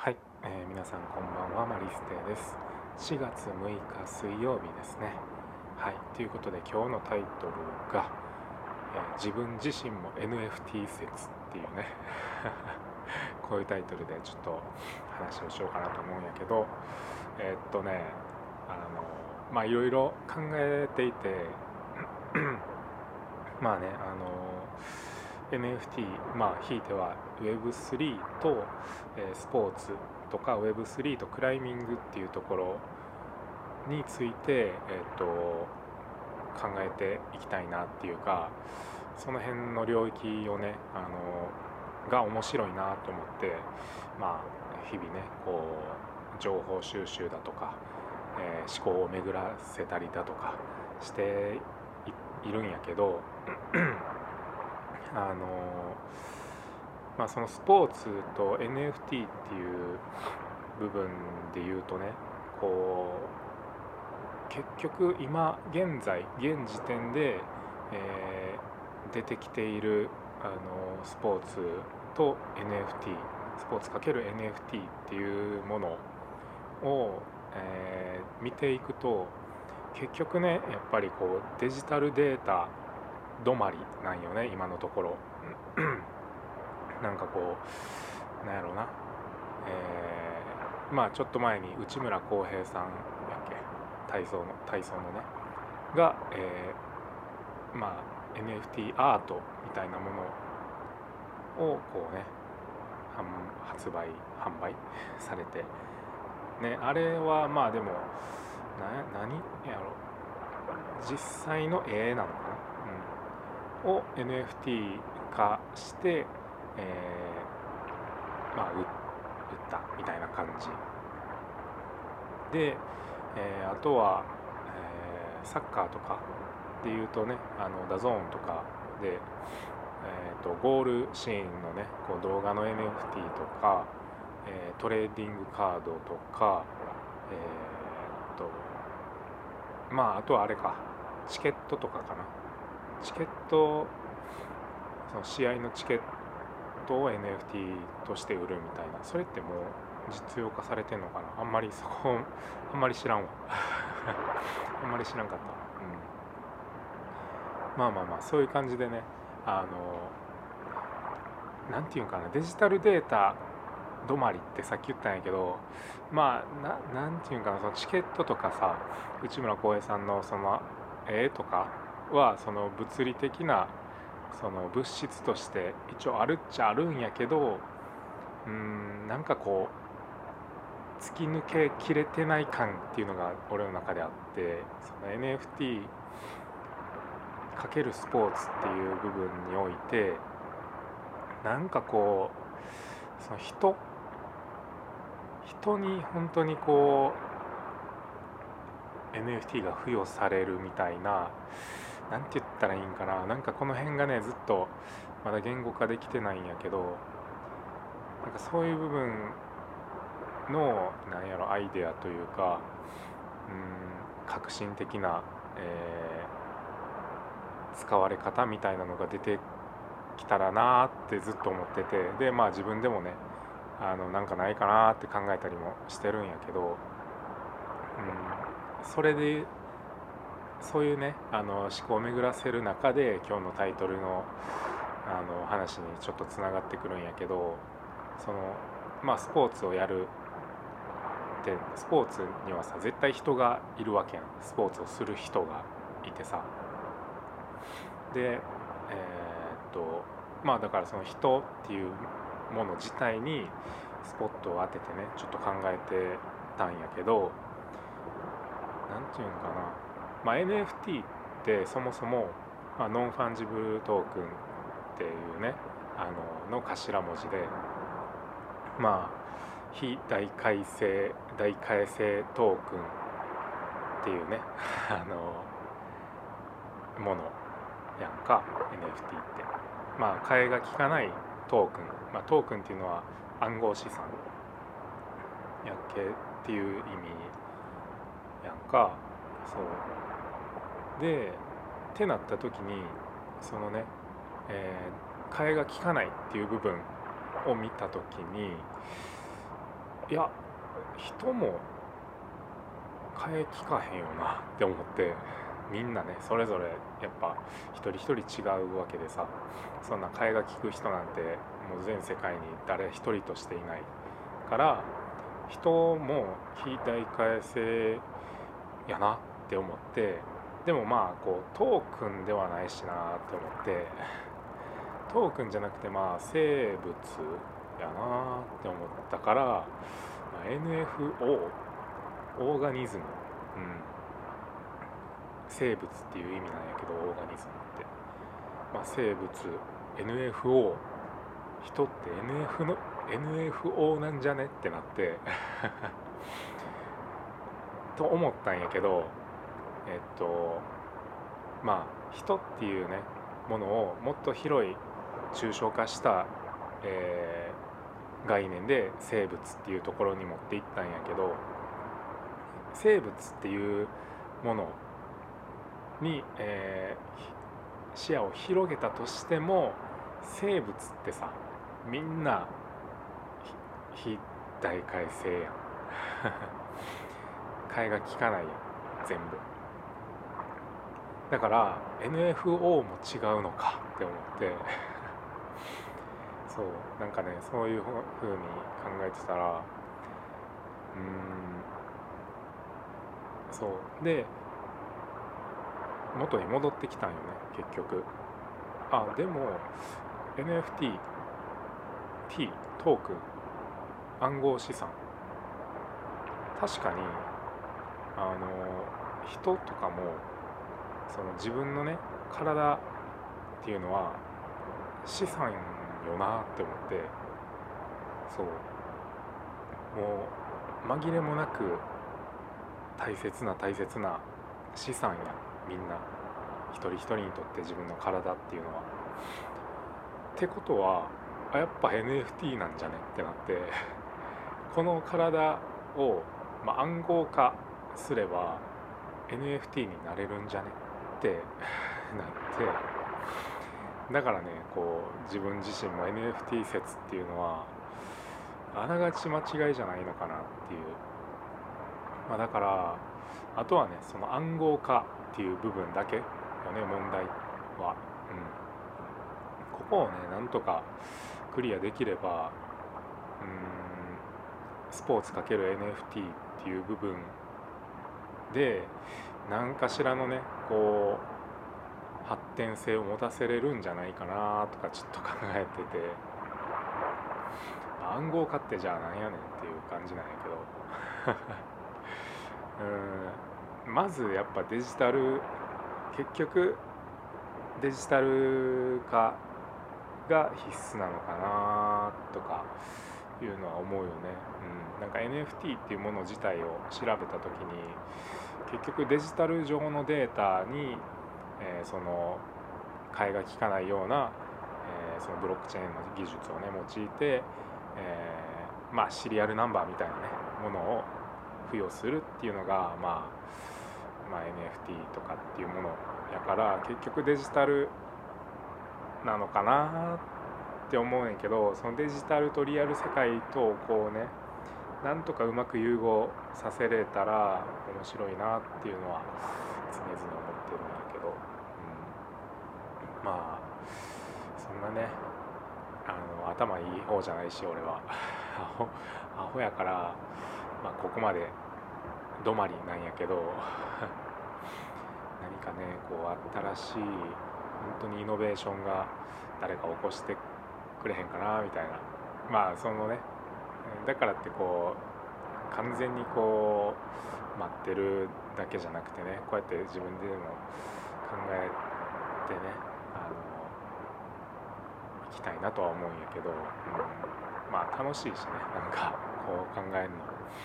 はい、皆さんこんばんは、マリステです。4月6日水曜日ですね。はい、ということで今日のタイトルが、自分自身も NFT 説っていうねこういうタイトルでちょっと話をしようかなと思うんやけど、えーっとね、いろいろ考えていてまあね、NFT、ひいては Web3 と、スポーツとか Web3 とクライミングっていうところについて、考えていきたいなっていうか、その辺の領域をね、が面白いなと思って、日々ね、こう情報収集だとか、思考を巡らせたりだとかしているんやけどあのそのスポーツと NFT っていう部分で言うとね、こう結局今現時点で、出てきているスポーツと NFT スポーツ ×NFT っていうものを、見ていくと、結局ね、やっぱりこうデジタルデータ止まりなんよね、今のところなんかこうなんやろうな、ちょっと前に内村航平さんやっけ、体操のねが、NFT アートみたいなものをこうね販売されてね、あれはでも何やろ、実際の絵なのかな、を NFT 化して、売ったみたいな感じで、あとは、サッカーとかでいうとね、ダゾーンとかで、ゴールシーンのねこう動画の NFT とか、トレーディングカードとか、あとはあれか、チケットとかかな、チケット、その試合のチケットを NFT として売るみたいな、それってもう実用化されてんのかな、あんまり知らんわあんまり知らんかった、そういう感じでね、なんていうんかな、デジタルデータ止まりってさっき言ったんやけど、なんていうんかな、そのチケットとかさ、内村航平さんのその絵とかはその物理的なその物質として一応あるっちゃあるんやけど、なんかこう突き抜けきれてない感っていうのが俺の中であって、その NFT かけるスポーツっていう部分において、なんかこうその人に本当にこう NFT が付与されるみたいな、なんて言ったらいいんかな、なんかこの辺がねずっとまだ言語化できてないんやけど、なんかそういう部分のなんやろアイデアというか、革新的な、使われ方みたいなのが出てきたらなってずっと思ってて、で自分でもねなんかないかなって考えたりもしてるんやけど、それでそういうね思考を巡らせる中で今日のタイトルの話にちょっとつながってくるんやけど、そのスポーツをやるってスポーツにはさ絶対人がいるわけやん、スポーツをする人がいてさ、でだからその人っていうもの自体にスポットを当ててねちょっと考えてたんやけど、なんていうのかな、NFT ってそもそも、ノンファンジブルトークンっていうねの頭文字で、非代替性トークンっていうねものやんか NFT って。替えが利かないトークン、トークンっていうのは暗号資産やっけっていう意味やんか。そうでってなった時に、そのね、替えが利かないっていう部分を見た時に、 いや人も替え聞かへんよなって思って、みんなねそれぞれやっぱ一人一人違うわけでさ、そんな替えが利く人なんてもう全世界に誰一人としていないから、人も非代替性やなって思って、でもまあこうトークンではないしなって思って、トークンじゃなくてまあ生物やなって思ったから、まあ、NFO オーガニズム、生物っていう意味なんやけど、オーガニズムって、まあ、生物 NFO、 人って NFO なんじゃねってなってと思ったんやけど、まあ人っていうねものをもっと広い抽象化した、概念で生物っていうところに持っていったんやけど、生物っていうものに、視野を広げたとしても、生物ってさみんな非代替性やん替えが利かないやん全部だから NFO も違うのかって思ってそうなんかねそういう風に考えてたら、そうで元に戻ってきたんよね結局。でも NFT、トークン、暗号資産、確かに人とかもその自分のね体っていうのは資産よなって思って、そうもう紛れもなく大切な資産や、みんな一人一人にとって自分の体っていうのは。ってことはやっぱ NFT なんじゃねってなってこの体を、暗号化すれば NFT になれるんじゃねってなって、だからねこう自分自身も NFT 説っていうのはあながち間違いじゃないのかなっていう、だからあとはねその暗号化っていう部分だけよね問題は、ここをねなんとかクリアできれば、スポーツ ×NFT っていう部分で何かしらのねこう発展性を持たせれるんじゃないかなとかちょっと考えてて、暗号化ってじゃあなんやねんっていう感じなんやけどまずやっぱデジタル、結局デジタル化が必須なのかなとかいうのは思うよね、なんか NFT っていうもの自体を調べた時に結局デジタル上のデータに、その替えが利かないような、そのブロックチェーンの技術をね用いて、シリアルナンバーみたいなねものを付与するっていうのが、NFT とかっていうものやから、結局デジタルなのかなって思うんやけど、そのデジタルとリアル世界とこうねなんとかうまく融合させれたら面白いなっていうのは常々思ってるんやけど、そんなね頭いい方じゃないし俺はアホやから、ここまで止まりなんやけど何かねこう新しい本当にイノベーションが誰か起こしてくれへんかなみたいな、そのねだからってこう完全にこう待ってるだけじゃなくてね、こうやって自分でも考えてね行きたいなとは思うんやけど、楽しいしねなんかこう考えるの、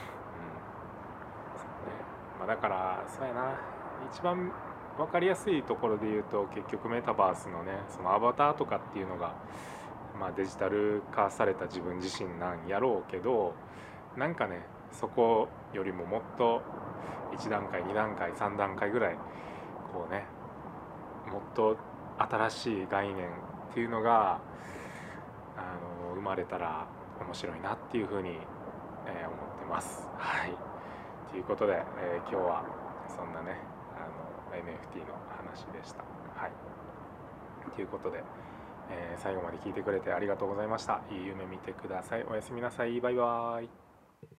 そうね、だからそうやな、一番分かりやすいところで言うと結局メタバースのねそのアバターとかっていうのが、デジタル化された自分自身なんやろうけど、なんかねそこよりももっと1段階2段階3段階ぐらいこうねもっと新しい概念っていうのが生まれたら面白いなっていうふうに、思ます。はい。ということで、今日はそんなねNFT の話でした。はい。ということで、最後まで聞いてくれてありがとうございました。いい夢見てください。おやすみなさい。バイバーイ。